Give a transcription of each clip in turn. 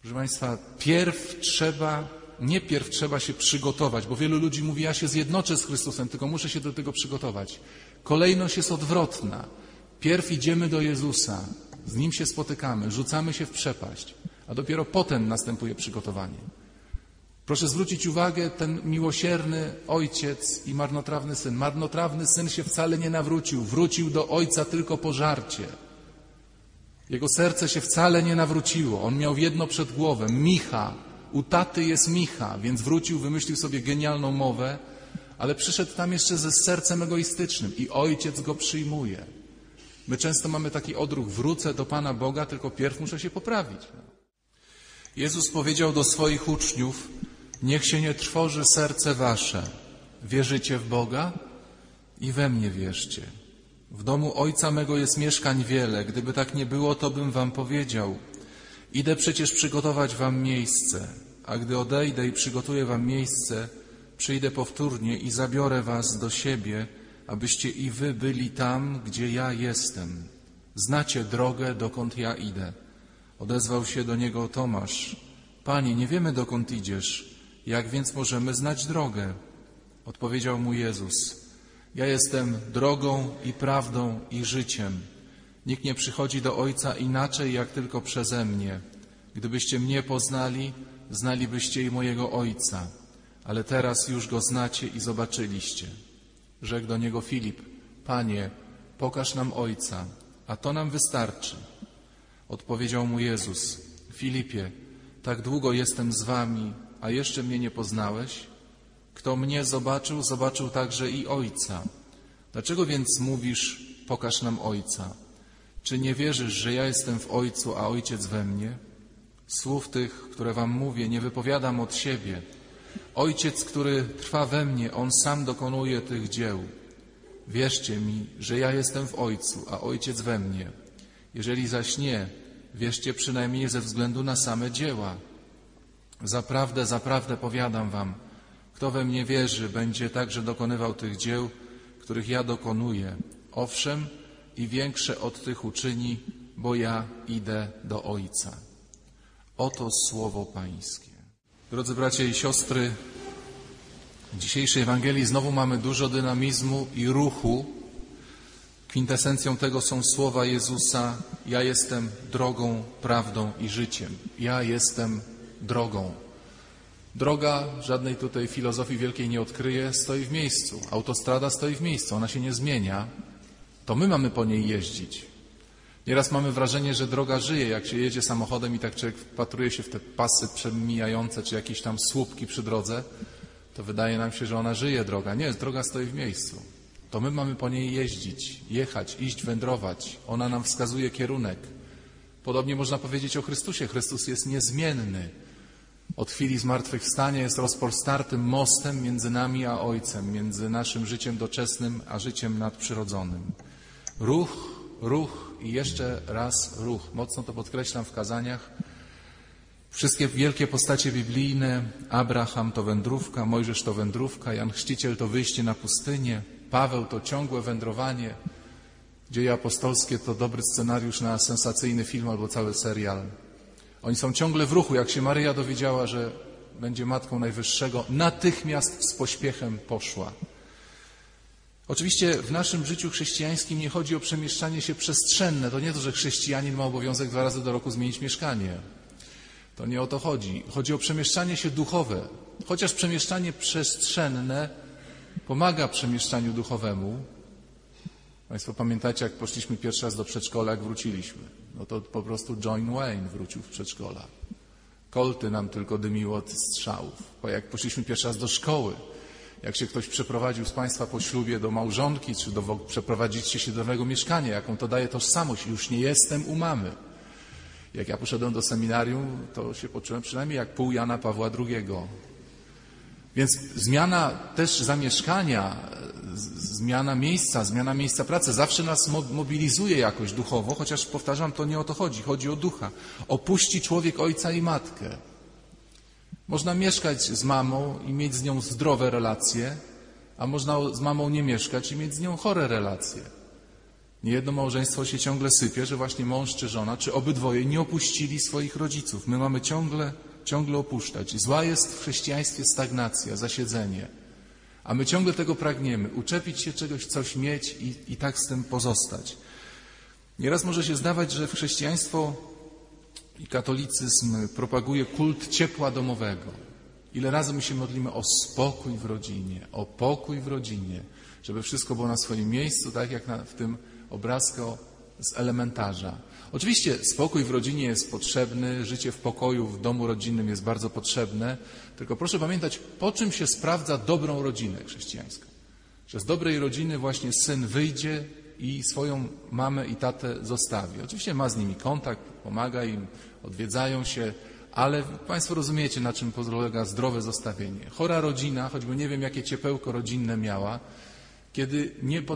Proszę Państwa, nie pierw trzeba się przygotować, bo wielu ludzi mówi, ja się zjednoczę z Chrystusem, tylko muszę się do tego przygotować. Kolejność jest odwrotna. Pierw idziemy do Jezusa, z Nim się spotykamy, rzucamy się w przepaść, a dopiero potem następuje przygotowanie. Proszę zwrócić uwagę, ten miłosierny ojciec i marnotrawny syn. Marnotrawny syn się wcale nie nawrócił, wrócił do ojca tylko po żarcie. Jego serce się wcale nie nawróciło, on miał jedno przed głową, Micha. U taty jest Micha, więc wrócił, wymyślił sobie genialną mowę, ale przyszedł tam jeszcze ze sercem egoistycznym i ojciec go przyjmuje. My często mamy taki odruch, wrócę do Pana Boga, tylko pierw muszę się poprawić. Jezus powiedział do swoich uczniów, niech się nie trwoży serce wasze. Wierzycie w Boga? I we mnie wierzcie. W domu Ojca mego jest mieszkań wiele. Gdyby tak nie było, to bym wam powiedział. Idę przecież przygotować wam miejsce, a gdy odejdę i przygotuję wam miejsce, przyjdę powtórnie i zabiorę was do siebie, abyście i wy byli tam, gdzie ja jestem. Znacie drogę, dokąd ja idę. Odezwał się do niego Tomasz. Panie, nie wiemy, dokąd idziesz. Jak więc możemy znać drogę? Odpowiedział mu Jezus. Ja jestem drogą i prawdą i życiem. Nikt nie przychodzi do Ojca inaczej, jak tylko przeze mnie. Gdybyście mnie poznali, znalibyście i mojego Ojca. Ale teraz już Go znacie i zobaczyliście. Rzekł do niego Filip. Panie, pokaż nam Ojca, a to nam wystarczy. Odpowiedział mu Jezus. Filipie, tak długo jestem z wami, a jeszcze mnie nie poznałeś? Kto mnie zobaczył, zobaczył także i Ojca. Dlaczego więc mówisz, pokaż nam Ojca? Czy nie wierzysz, że ja jestem w Ojcu, a Ojciec we mnie? Słów tych, które wam mówię, nie wypowiadam od siebie. Ojciec, który trwa we mnie, On sam dokonuje tych dzieł. Wierzcie mi, że ja jestem w Ojcu, a Ojciec we mnie. Jeżeli zaś nie, wierzcie przynajmniej ze względu na same dzieła. Zaprawdę, zaprawdę powiadam wam, kto we mnie wierzy, będzie także dokonywał tych dzieł, których ja dokonuję. Owszem, i większe od tych uczyni, bo ja idę do Ojca. Oto słowo Pańskie. Drodzy bracia i siostry, w dzisiejszej Ewangelii znowu mamy dużo dynamizmu i ruchu. Kwintesencją tego są słowa Jezusa: ja jestem drogą, prawdą i życiem. Ja jestem drogą. Droga, żadnej tutaj filozofii wielkiej nie odkryje, stoi w miejscu. Autostrada stoi w miejscu, ona się nie zmienia. To my mamy po niej jeździć. Nieraz mamy wrażenie, że droga żyje, jak się jedzie samochodem i tak człowiek wpatruje się w te pasy przemijające, czy jakieś tam słupki przy drodze, to wydaje nam się, że ona żyje, droga. Nie, droga stoi w miejscu. To my mamy po niej jeździć, jechać, iść, wędrować. Ona nam wskazuje kierunek. Podobnie można powiedzieć o Chrystusie. Chrystus jest niezmienny. Od chwili zmartwychwstania jest rozpostartym mostem między nami a Ojcem, między naszym życiem doczesnym a życiem nadprzyrodzonym. Ruch, ruch i jeszcze raz ruch. Mocno to podkreślam w kazaniach. Wszystkie wielkie postacie biblijne, Abraham to wędrówka, Mojżesz to wędrówka, Jan Chrzciciel to wyjście na pustynię, Paweł to ciągłe wędrowanie, Dzieje apostolskie to dobry scenariusz na sensacyjny film albo cały serial. Oni są ciągle w ruchu. Jak się Maryja dowiedziała, że będzie Matką Najwyższego, natychmiast z pośpiechem poszła. Oczywiście w naszym życiu chrześcijańskim nie chodzi o przemieszczanie się przestrzenne. To nie to, że chrześcijanin ma obowiązek 2 razy do roku zmienić mieszkanie. To nie o to chodzi. Chodzi o przemieszczanie się duchowe. Chociaż przemieszczanie przestrzenne pomaga przemieszczaniu duchowemu. Państwo pamiętacie, jak poszliśmy pierwszy raz do przedszkola, jak wróciliśmy. No to po prostu John Wayne wrócił w przedszkola. Kolty nam tylko dymiło od strzałów. Bo jak poszliśmy pierwszy raz do szkoły, jak się ktoś przeprowadził z Państwa po ślubie do małżonki, czy przeprowadzicie się do nowego mieszkania, jaką to daje tożsamość. Już nie jestem u mamy. Jak ja poszedłem do seminarium, to się poczułem przynajmniej jak pół Jana Pawła II. Więc zmiana też zamieszkania, zmiana miejsca pracy zawsze nas mobilizuje jakoś duchowo, chociaż powtarzam, to nie o to chodzi. Chodzi o ducha. Opuści człowiek ojca i matkę. Można mieszkać z mamą i mieć z nią zdrowe relacje, a można z mamą nie mieszkać i mieć z nią chore relacje. Niejedno małżeństwo się ciągle sypie, że właśnie mąż czy żona, czy obydwoje nie opuścili swoich rodziców. My mamy ciągle opuszczać. Zła jest w chrześcijaństwie stagnacja, zasiedzenie. A my ciągle tego pragniemy. Uczepić się czegoś, coś mieć i tak z tym pozostać. Nieraz może się zdawać, że chrześcijaństwo i katolicyzm propaguje kult ciepła domowego. Ile razy my się modlimy o spokój w rodzinie, o pokój w rodzinie, żeby wszystko było na swoim miejscu, tak jak w tym obrazku z elementarza. Oczywiście spokój w rodzinie jest potrzebny, życie w pokoju w domu rodzinnym jest bardzo potrzebne, tylko proszę pamiętać, po czym się sprawdza dobrą rodzinę chrześcijańską. Że z dobrej rodziny właśnie syn wyjdzie i swoją mamę i tatę zostawi. Oczywiście ma z nimi kontakt, pomaga im, odwiedzają się, ale Państwo rozumiecie, na czym polega zdrowe zostawienie. Chora rodzina, choćby nie wiem, jakie ciepełko rodzinne miała, kiedy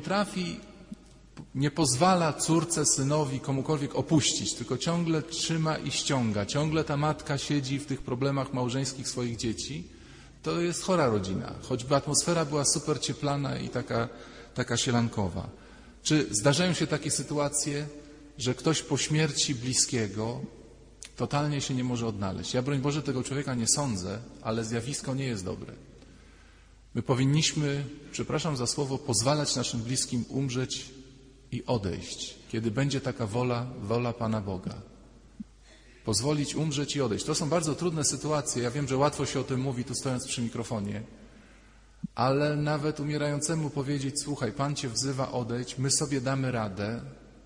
nie pozwala córce, synowi, komukolwiek opuścić, tylko ciągle trzyma i ściąga, ciągle ta matka siedzi w tych problemach małżeńskich swoich dzieci, to jest chora rodzina, choćby atmosfera była super cieplana i taka sielankowa. Czy zdarzają się takie sytuacje, że ktoś po śmierci bliskiego totalnie się nie może odnaleźć? Ja, broń Boże, tego człowieka nie sądzę, ale zjawisko nie jest dobre. My powinniśmy, przepraszam za słowo, pozwalać naszym bliskim umrzeć i odejść, kiedy będzie taka wola Pana Boga. Pozwolić umrzeć i odejść. To są bardzo trudne sytuacje. Ja wiem, że łatwo się o tym mówi, tu stojąc przy mikrofonie, ale nawet umierającemu powiedzieć: słuchaj, Pan Cię wzywa, odejdź, my sobie damy radę.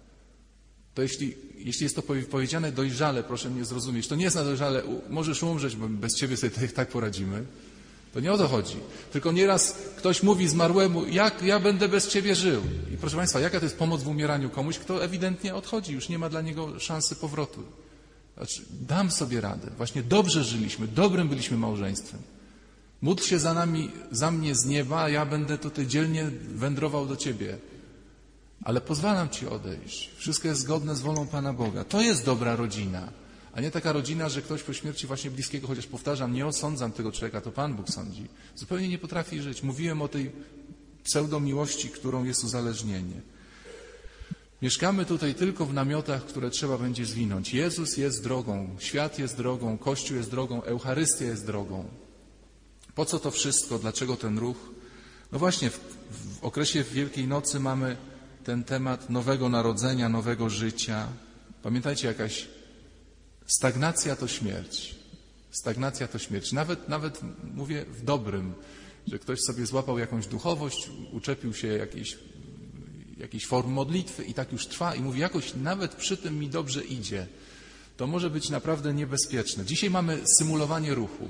To jeśli jest to powiedziane dojrzale, proszę mnie zrozumieć, to nie jest na dojrzale, możesz umrzeć, bo bez Ciebie sobie tak poradzimy. To nie o to chodzi. Tylko nieraz ktoś mówi zmarłemu: jak ja będę bez Ciebie żył? I proszę Państwa, jaka to jest pomoc w umieraniu komuś, kto ewidentnie odchodzi, już nie ma dla niego szansy powrotu. Znaczy, dam sobie radę. Właśnie dobrze żyliśmy, dobrym byliśmy małżeństwem. Módl się za mnie z nieba, a ja będę tutaj dzielnie wędrował do Ciebie. Ale pozwalam Ci odejść. Wszystko jest zgodne z wolą Pana Boga. To jest dobra rodzina. A nie taka rodzina, że ktoś po śmierci właśnie bliskiego, chociaż powtarzam, nie osądzam tego człowieka, to Pan Bóg sądzi, zupełnie nie potrafi żyć. Mówiłem o tej pseudomiłości, którą jest uzależnienie. Mieszkamy tutaj tylko w namiotach, które trzeba będzie zwinąć. Jezus jest drogą, świat jest drogą, Kościół jest drogą, Eucharystia jest drogą. Po co to wszystko? Dlaczego ten ruch? No właśnie, w okresie Wielkiej Nocy mamy ten temat nowego narodzenia, nowego życia. Pamiętajcie, jakaś stagnacja to śmierć. Stagnacja to śmierć. Nawet mówię w dobrym, że ktoś sobie złapał jakąś duchowość, uczepił się jakiejś form modlitwy i tak już trwa i mówi: jakoś nawet przy tym mi dobrze idzie. To może być naprawdę niebezpieczne. Dzisiaj mamy symulowanie ruchu.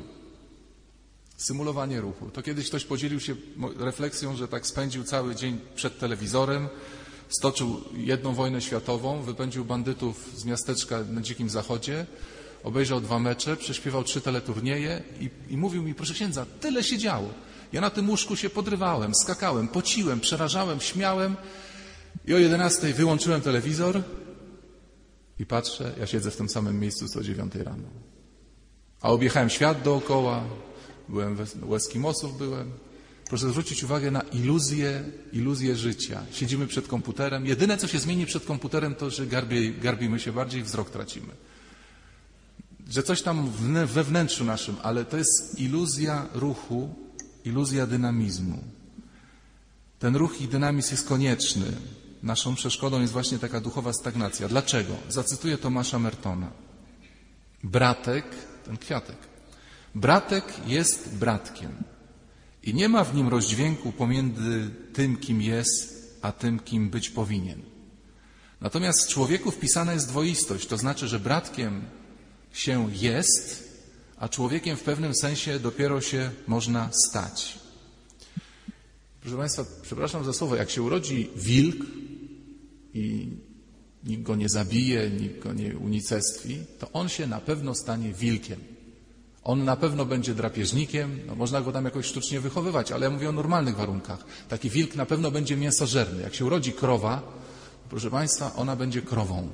Symulowanie ruchu. To kiedyś ktoś podzielił się refleksją, że tak spędził cały dzień przed telewizorem, stoczył jedną wojnę światową, wypędził bandytów z miasteczka na Dzikim Zachodzie, obejrzał 2 mecze, prześpiewał 3 teleturnieje i mówił mi: proszę księdza, tyle się działo. Ja na tym łóżku się podrywałem, skakałem, pociłem, przerażałem, śmiałem i o 11:00 wyłączyłem telewizor i patrzę, ja siedzę w tym samym miejscu co o 9:00 rano. A objechałem świat dookoła, u Eskimosów byłem. Proszę zwrócić uwagę na iluzję życia. Siedzimy przed komputerem. Jedyne, co się zmieni przed komputerem, to, że garbimy się bardziej, wzrok tracimy. Że coś tam we wnętrzu naszym, ale to jest iluzja ruchu, iluzja dynamizmu. Ten ruch i dynamizm jest konieczny. Naszą przeszkodą jest właśnie taka duchowa stagnacja. Dlaczego? Zacytuję Tomasza Mertona. Bratek, ten kwiatek. Bratek jest bratkiem i nie ma w nim rozdźwięku pomiędzy tym, kim jest, a tym, kim być powinien. Natomiast w człowieku wpisana jest dwoistość, to znaczy, że bratkiem się jest, a człowiekiem w pewnym sensie dopiero się można stać. Proszę Państwa, przepraszam za słowo, jak się urodzi wilk i nikt go nie zabije, nikt go nie unicestwi, to on się na pewno stanie wilkiem. On na pewno będzie drapieżnikiem, no można go tam jakoś sztucznie wychowywać, ale ja mówię o normalnych warunkach. Taki wilk na pewno będzie mięsożerny. Jak się urodzi krowa, proszę Państwa, ona będzie krową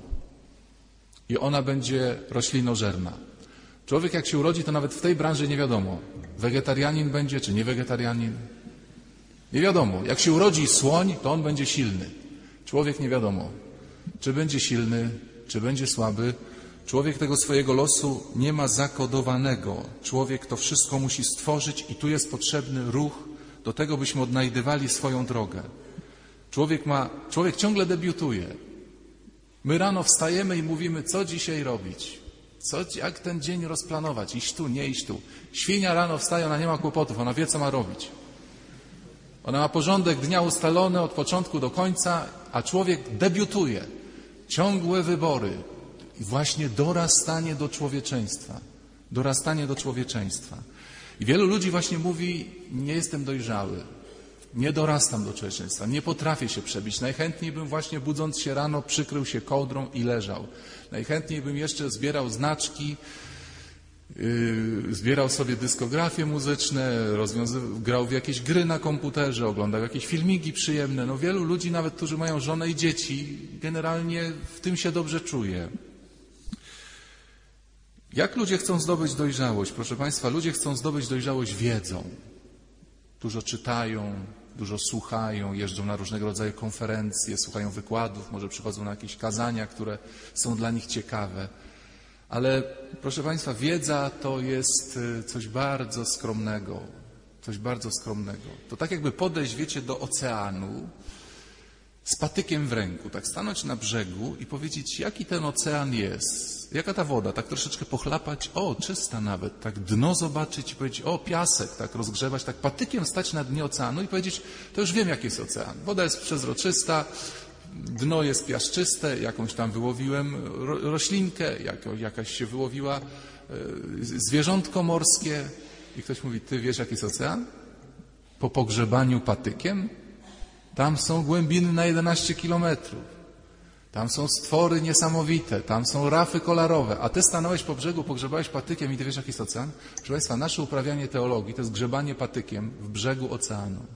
i ona będzie roślinożerna. Człowiek jak się urodzi, to nawet w tej branży nie wiadomo, wegetarianin będzie czy nie wegetarianin. Nie wiadomo. Jak się urodzi słoń, to on będzie silny. Człowiek nie wiadomo, czy będzie silny, czy będzie słaby. Człowiek tego swojego losu nie ma zakodowanego. Człowiek to wszystko musi stworzyć i tu jest potrzebny ruch do tego, byśmy odnajdywali swoją drogę. Człowiek ciągle debiutuje. My rano wstajemy i mówimy, co dzisiaj robić, jak ten dzień rozplanować, iść tu, nie iść tu. Świnia rano wstaje, ona nie ma kłopotów, ona wie, co ma robić. Ona ma porządek dnia ustalony od początku do końca, a człowiek debiutuje. Ciągłe wybory i właśnie dorastanie do człowieczeństwa. Dorastanie do człowieczeństwa. I wielu ludzi właśnie mówi, nie jestem dojrzały, nie dorastam do człowieczeństwa, nie potrafię się przebić. Najchętniej bym właśnie budząc się rano przykrył się kołdrą i leżał. Najchętniej bym jeszcze zbierał znaczki, zbierał sobie dyskografie muzyczne, grał w jakieś gry na komputerze, oglądał jakieś filmiki przyjemne. No wielu ludzi, nawet którzy mają żonę i dzieci, generalnie w tym się dobrze czuje. Jak ludzie chcą zdobyć dojrzałość? Proszę Państwa, ludzie chcą zdobyć dojrzałość wiedzą. Dużo czytają, dużo słuchają, jeżdżą na różnego rodzaju konferencje, słuchają wykładów, może przychodzą na jakieś kazania, które są dla nich ciekawe. Ale proszę Państwa, wiedza to jest coś bardzo skromnego. Coś bardzo skromnego. To tak jakby podejść, wiecie, do oceanu z patykiem w ręku, tak stanąć na brzegu i powiedzieć, jaki ten ocean jest, jaka ta woda, tak troszeczkę pochlapać, o, czysta nawet, tak dno zobaczyć i powiedzieć, o, piasek, tak rozgrzewać, tak patykiem stać na dnie oceanu i powiedzieć, to już wiem, jaki jest ocean. Woda jest przezroczysta, dno jest piaszczyste, jakąś tam wyłowiłem roślinkę, jakaś się wyłowiła zwierzątko morskie i ktoś mówi, ty wiesz, jaki jest ocean? Po pogrzebaniu patykiem? Tam są głębiny na 11 kilometrów. Tam są stwory niesamowite, tam są rafy kolorowe, a ty stanąłeś po brzegu, pogrzebałeś patykiem i ty wiesz, jaki jest ocean? Proszę Państwa, nasze uprawianie teologii to jest grzebanie patykiem w brzegu oceanu.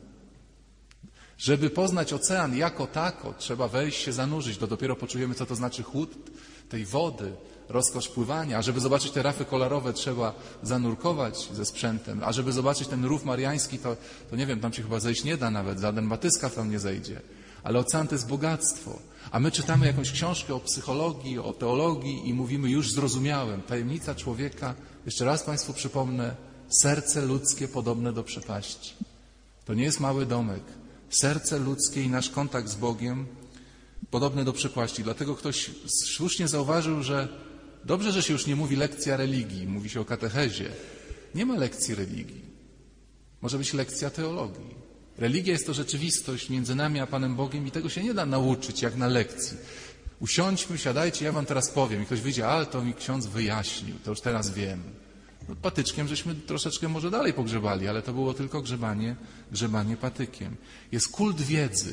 Żeby poznać ocean jako tako, trzeba wejść się zanurzyć, to dopiero poczujemy, co to znaczy chłód tej wody, rozkosz pływania. A żeby zobaczyć te rafy kolorowe, trzeba zanurkować ze sprzętem. A żeby zobaczyć ten rów mariański, to nie wiem, tam się chyba zejść nie da nawet, żaden batyskaw tam nie zejdzie. Ale ocean to jest bogactwo. A my czytamy jakąś książkę o psychologii, o teologii i mówimy, już zrozumiałem. Tajemnica człowieka, jeszcze raz Państwu przypomnę, serce ludzkie podobne do przepaści. To nie jest mały domek. Serce ludzkie i nasz kontakt z Bogiem podobny do przepaści. Dlatego ktoś słusznie zauważył, że dobrze, że się już nie mówi lekcja religii, mówi się o katechezie. Nie ma lekcji religii. Może być lekcja teologii. Religia jest to rzeczywistość między nami a Panem Bogiem i tego się nie da nauczyć jak na lekcji. Usiądźmy, siadajcie, ja wam teraz powiem. I ktoś wyjdzie, ale to mi ksiądz wyjaśnił, to już teraz wiem. No, patyczkiem żeśmy troszeczkę może dalej pogrzebali, ale to było tylko grzebanie patykiem. Jest kult wiedzy.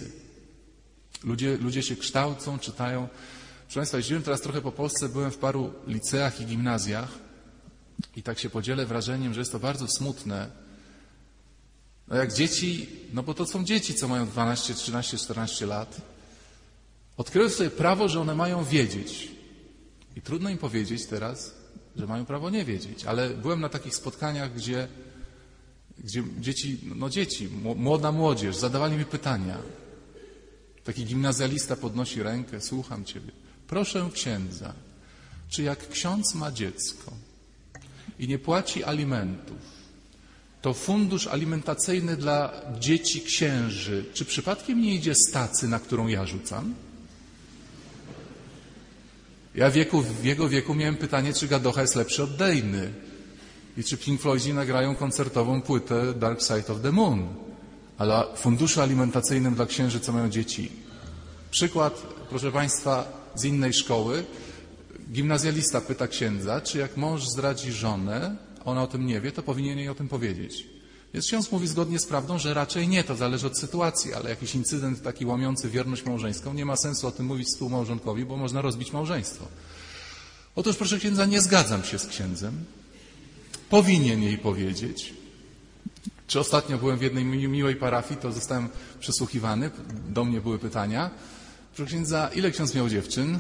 Ludzie się kształcą, czytają. Proszę Państwa, jeździłem teraz trochę po Polsce, byłem w paru liceach i gimnazjach i tak się podzielę wrażeniem, że jest to bardzo smutne. No jak dzieci, no bo to są dzieci, co mają 12, 13, 14 lat, odkryły sobie prawo, że one mają wiedzieć. I trudno im powiedzieć teraz, że mają prawo nie wiedzieć. Ale byłem na takich spotkaniach, gdzie dzieci, młoda młodzież, zadawali mi pytania. Taki gimnazjalista podnosi rękę, słucham Ciebie. Proszę księdza, czy jak ksiądz ma dziecko i nie płaci alimentów, to fundusz alimentacyjny dla dzieci księży, czy przypadkiem nie idzie z tacy, na którą ja rzucam? Ja w jego wieku miałem pytanie, czy Gadocha jest lepszy od Dejny i czy Pink Floydzi nagrają koncertową płytę Dark Side of the Moon. Ale funduszu alimentacyjnym dla księży, co mają dzieci. Przykład, proszę Państwa, z innej szkoły. Gimnazjalista pyta księdza, czy jak mąż zdradzi żonę, ona o tym nie wie, to powinien jej o tym powiedzieć. Więc ksiądz mówi zgodnie z prawdą, że raczej nie, to zależy od sytuacji, ale jakiś incydent taki łamiący wierność małżeńską, nie ma sensu o tym mówić współmałżonkowi, bo można rozbić małżeństwo. Otóż, proszę księdza, nie zgadzam się z księdzem. Powinien jej powiedzieć. Czy ostatnio byłem w jednej miłej parafii, to zostałem przesłuchiwany, do mnie były pytania. Proszę księdza, ile ksiądz miał dziewczyn?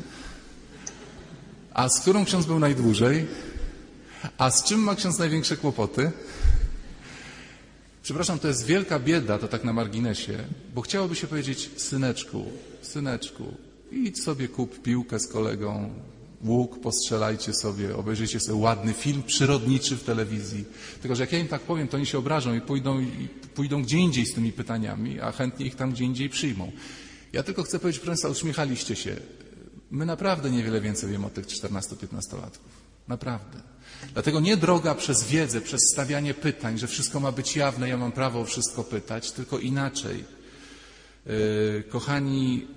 A z którą ksiądz był najdłużej? A z czym ma ksiądz największe kłopoty? Przepraszam, to jest wielka bieda, to tak na marginesie, bo chciałoby się powiedzieć, syneczku, idź sobie kup piłkę z kolegą, łuk, postrzelajcie sobie, obejrzyjcie sobie ładny film przyrodniczy w telewizji. Tylko że jak ja im tak powiem, to oni się obrażą i pójdą gdzie indziej z tymi pytaniami, a chętnie ich tam gdzie indziej przyjmą. Ja tylko chcę powiedzieć, proszę Państwa, uśmiechaliście się. My naprawdę niewiele więcej wiemy o tych 14-15-latków. Naprawdę. Dlatego nie droga przez wiedzę, przez stawianie pytań, że wszystko ma być jawne, ja mam prawo o wszystko pytać, tylko inaczej. Kochani,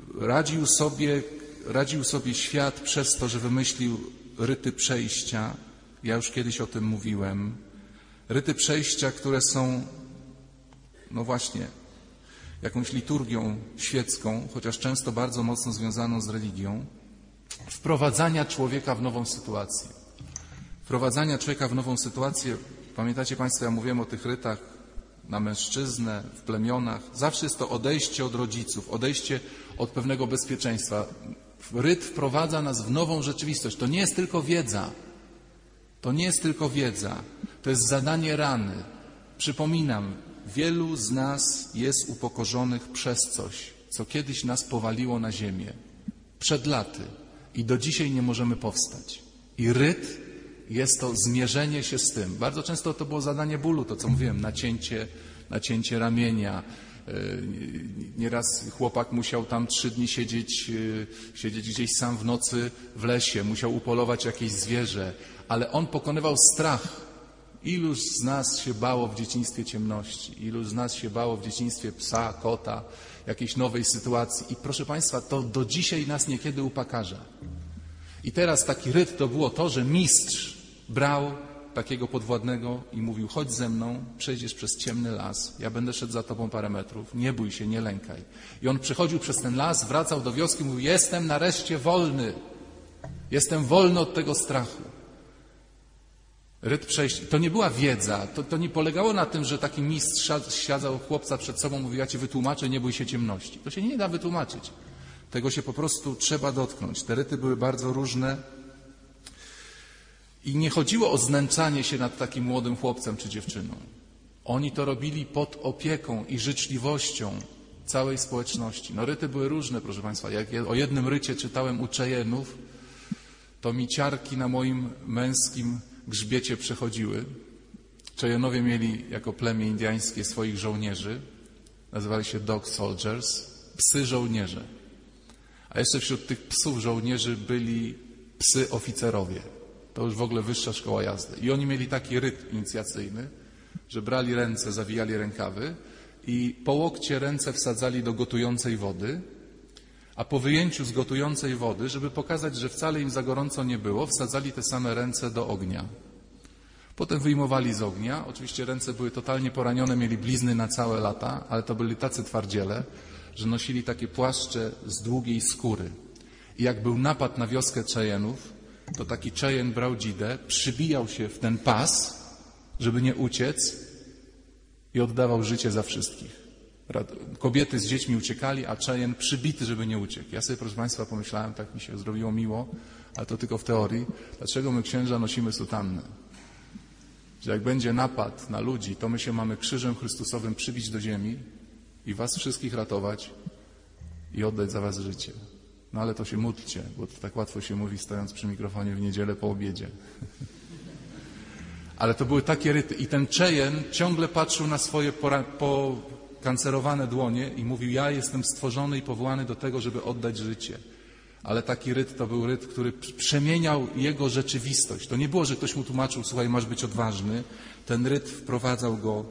radził sobie świat przez to, że wymyślił ryty przejścia. Ja już kiedyś o tym mówiłem. Ryty przejścia, które są, no właśnie, jakąś liturgią świecką, chociaż często bardzo mocno związaną z religią, wprowadzania człowieka w nową sytuację. Wprowadzania człowieka w nową sytuację. Pamiętacie Państwo, ja mówiłem o tych rytach na mężczyznę, w plemionach. Zawsze jest to odejście od rodziców, odejście od pewnego bezpieczeństwa. Ryt wprowadza nas w nową rzeczywistość. To nie jest tylko wiedza. To nie jest tylko wiedza. To jest zadanie rany. Przypominam, wielu z nas jest upokorzonych przez coś, co kiedyś nas powaliło na ziemię. Przed laty. I do dzisiaj nie możemy powstać. I ryt jest to zmierzenie się z tym. Bardzo często to było zadanie bólu, to co mówiłem, nacięcie ramienia. Nieraz chłopak musiał tam 3 dni siedzieć gdzieś sam w nocy w lesie, musiał upolować jakieś zwierzę, ale on pokonywał strach. Iluż z nas się bało w dzieciństwie ciemności, iluż z nas się bało w dzieciństwie psa, kota, jakiejś nowej sytuacji. I proszę Państwa, to do dzisiaj nas niekiedy upokarza. I teraz taki ryt to było to, że mistrz brał takiego podwładnego i mówił, chodź ze mną, przejdziesz przez ciemny las, ja będę szedł za tobą parę metrów, nie bój się, nie lękaj. I on przechodził przez ten las, wracał do wioski i mówił, jestem nareszcie wolny, jestem wolny od tego strachu. Ryt przejścia. To nie była wiedza, to nie polegało na tym, że taki mistrz siadzał chłopca przed sobą, mówił, ja ci wytłumaczę, nie bój się ciemności. To się nie da wytłumaczyć. Tego się po prostu trzeba dotknąć. Te ryty były bardzo różne i nie chodziło o znęcanie się nad takim młodym chłopcem czy dziewczyną. Oni to robili pod opieką i życzliwością całej społeczności. No ryty były różne, proszę Państwa. Jak o jednym rycie czytałem u Cheyenne'ów, to mi ciarki na moim męskim grzbiecie przechodziły. Cheyenne'owie mieli jako plemię indyjskie swoich żołnierzy. Nazywali się dog soldiers, psy żołnierze. A jeszcze wśród tych psów żołnierzy byli psy oficerowie. To już w ogóle wyższa szkoła jazdy. I oni mieli taki ryt inicjacyjny, że brali ręce, zawijali rękawy i po łokcie ręce wsadzali do gotującej wody, a po wyjęciu z gotującej wody, żeby pokazać, że wcale im za gorąco nie było, wsadzali te same ręce do ognia. Potem wyjmowali z ognia. Oczywiście ręce były totalnie poranione, mieli blizny na całe lata, ale to byli tacy twardziele, że nosili takie płaszcze z długiej skóry. I jak był napad na wioskę Cheyenne'ów, to taki Cheyenne brał dzidę, przybijał się w ten pas, żeby nie uciec i oddawał życie za wszystkich. Kobiety z dziećmi uciekali, a Cheyenne przybity, żeby nie uciekł. Ja sobie, proszę Państwa, pomyślałem, tak mi się zrobiło miło, ale to tylko w teorii, dlaczego my księża nosimy sutannę? Że jak będzie napad na ludzi, to my się mamy krzyżem Chrystusowym przybić do ziemi i was wszystkich ratować i oddać za was życie. No ale to się módlcie, bo to tak łatwo się mówi, stojąc przy mikrofonie w niedzielę po obiedzie. Ale to były takie ryty. I ten Cheyenne ciągle patrzył na swoje pokancerowane dłonie i mówił, ja jestem stworzony i powołany do tego, żeby oddać życie. Ale taki ryt to był ryt, który przemieniał jego rzeczywistość. To nie było, że ktoś mu tłumaczył, słuchaj, masz być odważny. Ten ryt wprowadzał go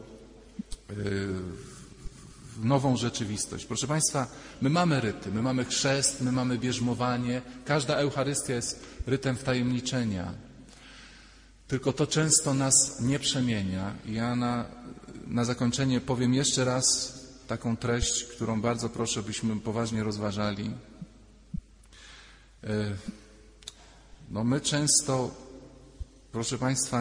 w nową rzeczywistość. Proszę Państwa, my mamy ryty, my mamy chrzest, my mamy bierzmowanie. Każda Eucharystia jest rytem wtajemniczenia. Tylko to często nas nie przemienia. Ja na zakończenie powiem jeszcze raz taką treść, którą bardzo proszę, byśmy poważnie rozważali. No my często, proszę Państwa,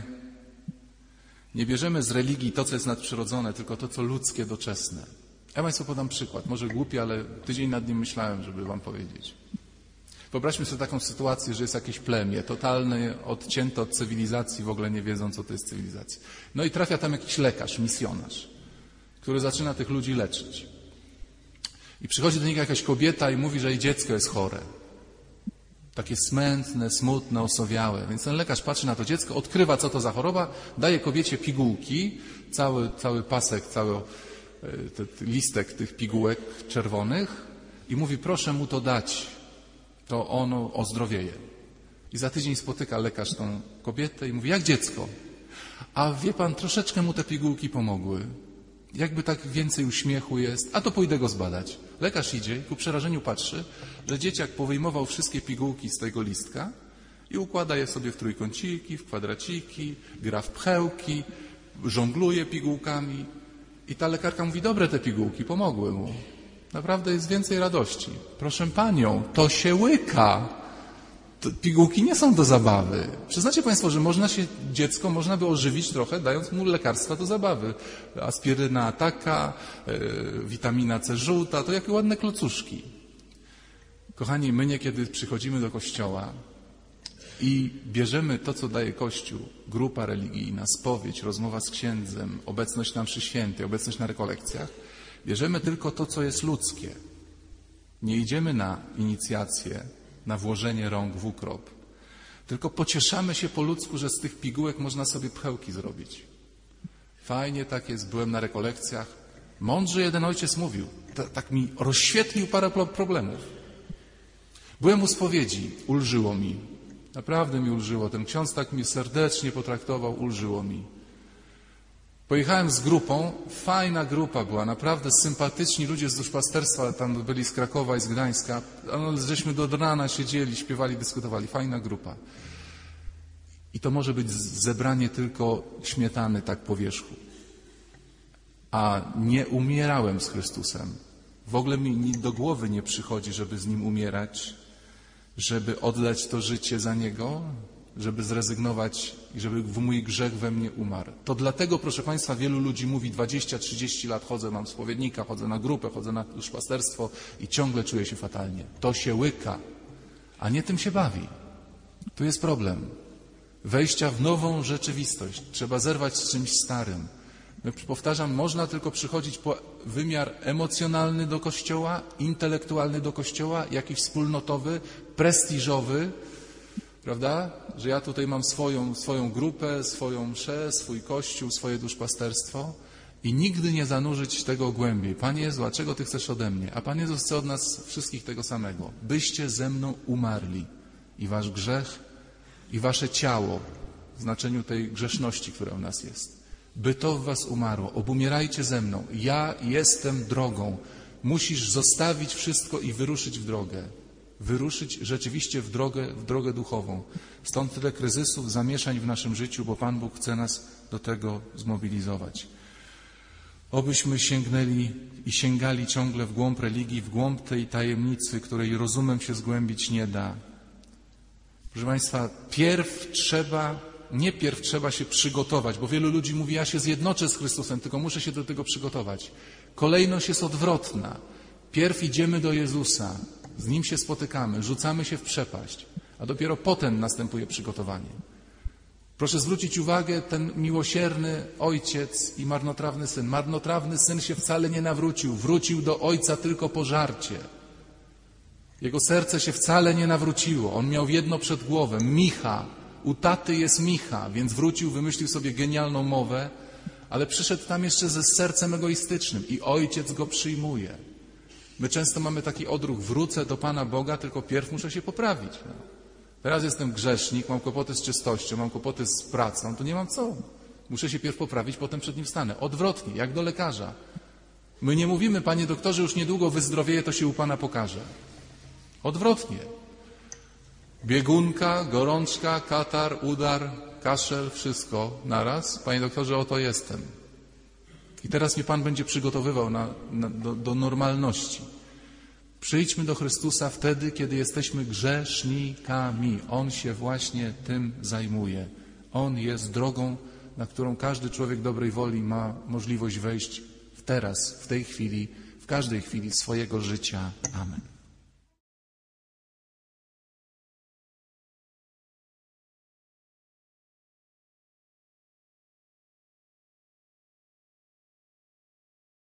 nie bierzemy z religii to, co jest nadprzyrodzone, tylko to, co ludzkie, doczesne. Ja Państwu podam przykład, może głupi, ale tydzień nad nim myślałem, żeby Wam powiedzieć. Wyobraźmy sobie taką sytuację, że jest jakieś plemię, totalnie odcięte od cywilizacji, w ogóle nie wiedzą, co to jest cywilizacja. No i trafia tam jakiś lekarz, misjonarz, który zaczyna tych ludzi leczyć. I przychodzi do niego jakaś kobieta i mówi, że jej dziecko jest chore. Takie smętne, smutne, osowiałe. Więc ten lekarz patrzy na to dziecko, odkrywa, co to za choroba, daje kobiecie pigułki, cały pasek, cały listek tych pigułek czerwonych i mówi, proszę mu to dać, to ono ozdrowieje. I za tydzień spotyka lekarz tą kobietę i mówi, jak dziecko? A wie pan, troszeczkę mu te pigułki pomogły. Jakby tak więcej uśmiechu jest, a to pójdę go zbadać. Lekarz idzie i ku przerażeniu patrzy, że dzieciak powyjmował wszystkie pigułki z tego listka i układa je sobie w trójkąciki, w kwadraciki, gra w pchełki, żongluje pigułkami. I ta lekarka mówi, dobre te pigułki, pomogły mu. Naprawdę jest więcej radości. Proszę panią, to się łyka. Pigułki nie są do zabawy. Przyznacie państwo, że dziecko można by ożywić trochę, dając mu lekarstwa do zabawy. Aspiryna taka, witamina C żółta, to jakie ładne klocuszki. Kochani, my niekiedy przychodzimy do kościoła i bierzemy to, co daje Kościół, grupa religijna, spowiedź, rozmowa z księdzem, obecność na mszy świętej, obecność na rekolekcjach. Bierzemy tylko to, co jest ludzkie. Nie idziemy na inicjację, na włożenie rąk w ukrop. Tylko pocieszamy się po ludzku, że z tych pigułek można sobie pchełki zrobić. Fajnie tak jest, byłem na rekolekcjach. Mądrze jeden ojciec mówił, tak mi rozświetlił parę problemów. Byłem u spowiedzi, ulżyło mi. Naprawdę mi ulżyło. Ten ksiądz tak mnie serdecznie potraktował, ulżyło mi. Pojechałem z grupą, fajna grupa była, naprawdę sympatyczni ludzie z duszpasterstwa, tam byli z Krakowa i z Gdańska, żeśmy do rana siedzieli, śpiewali, dyskutowali, fajna grupa. I to może być zebranie tylko śmietany tak po wierzchu. A nie umierałem z Chrystusem. W ogóle mi do głowy nie przychodzi, żeby z Nim umierać, żeby oddać to życie za Niego, żeby zrezygnować i żeby mój grzech we mnie umarł. To dlatego, proszę państwa, wielu ludzi mówi 20-30 lat chodzę, mam spowiednika, chodzę na grupę, chodzę na duszpasterstwo i ciągle czuję się fatalnie. To się łyka, a nie tym się bawi. Tu jest problem. Wejścia w nową rzeczywistość. Trzeba zerwać z czymś starym. Powtarzam, można tylko przychodzić po wymiar emocjonalny do Kościoła, intelektualny do Kościoła, jakiś wspólnotowy, prestiżowy, prawda? Że ja tutaj mam swoją grupę, swoją mszę, swój Kościół, swoje duszpasterstwo i nigdy nie zanurzyć tego głębiej. Panie Jezu, a czego Ty chcesz ode mnie? A Pan Jezus chce od nas wszystkich tego samego. Byście ze mną umarli i wasz grzech i wasze ciało w znaczeniu tej grzeszności, która u nas jest. By to w was umarło. Obumierajcie ze mną. Ja jestem drogą. Musisz zostawić wszystko i wyruszyć w drogę. Wyruszyć rzeczywiście w drogę duchową. Stąd tyle kryzysów, zamieszań w naszym życiu, bo Pan Bóg chce nas do tego zmobilizować. Obyśmy sięgnęli i sięgali ciągle w głąb religii, w głąb tej tajemnicy, której rozumem się zgłębić nie da. Proszę Państwa, pierw trzeba się przygotować, bo wielu ludzi mówi, ja się zjednoczę z Chrystusem, tylko muszę się do tego przygotować. Kolejność jest odwrotna. Pierw idziemy do Jezusa, z Nim się spotykamy, rzucamy się w przepaść, a dopiero potem następuje przygotowanie. Proszę zwrócić uwagę, ten miłosierny ojciec i marnotrawny syn. Marnotrawny syn się wcale nie nawrócił, wrócił do ojca tylko po żarcie. Jego serce się wcale nie nawróciło, on miał jedno przed głową, Micha. U taty jest Micha, więc wrócił, wymyślił sobie genialną mowę, ale przyszedł tam jeszcze ze sercem egoistycznym i ojciec go przyjmuje. My często mamy taki odruch, wrócę do Pana Boga, tylko pierw muszę się poprawić. No. Teraz jestem grzesznik, mam kłopoty z czystością, mam kłopoty z pracą, to nie mam co. Muszę się pierw poprawić, potem przed Nim stanę. Odwrotnie, jak do lekarza. My nie mówimy, Panie doktorze, już niedługo wyzdrowieje, to się u Pana pokaże. Odwrotnie. Biegunka, gorączka, katar, udar, kaszel, wszystko naraz. Panie doktorze, oto jestem. I teraz mnie Pan będzie przygotowywał do normalności. Przyjdźmy do Chrystusa wtedy, kiedy jesteśmy grzesznikami. On się właśnie tym zajmuje. On jest drogą, na którą każdy człowiek dobrej woli ma możliwość wejść teraz, w tej chwili, w każdej chwili swojego życia. Amen.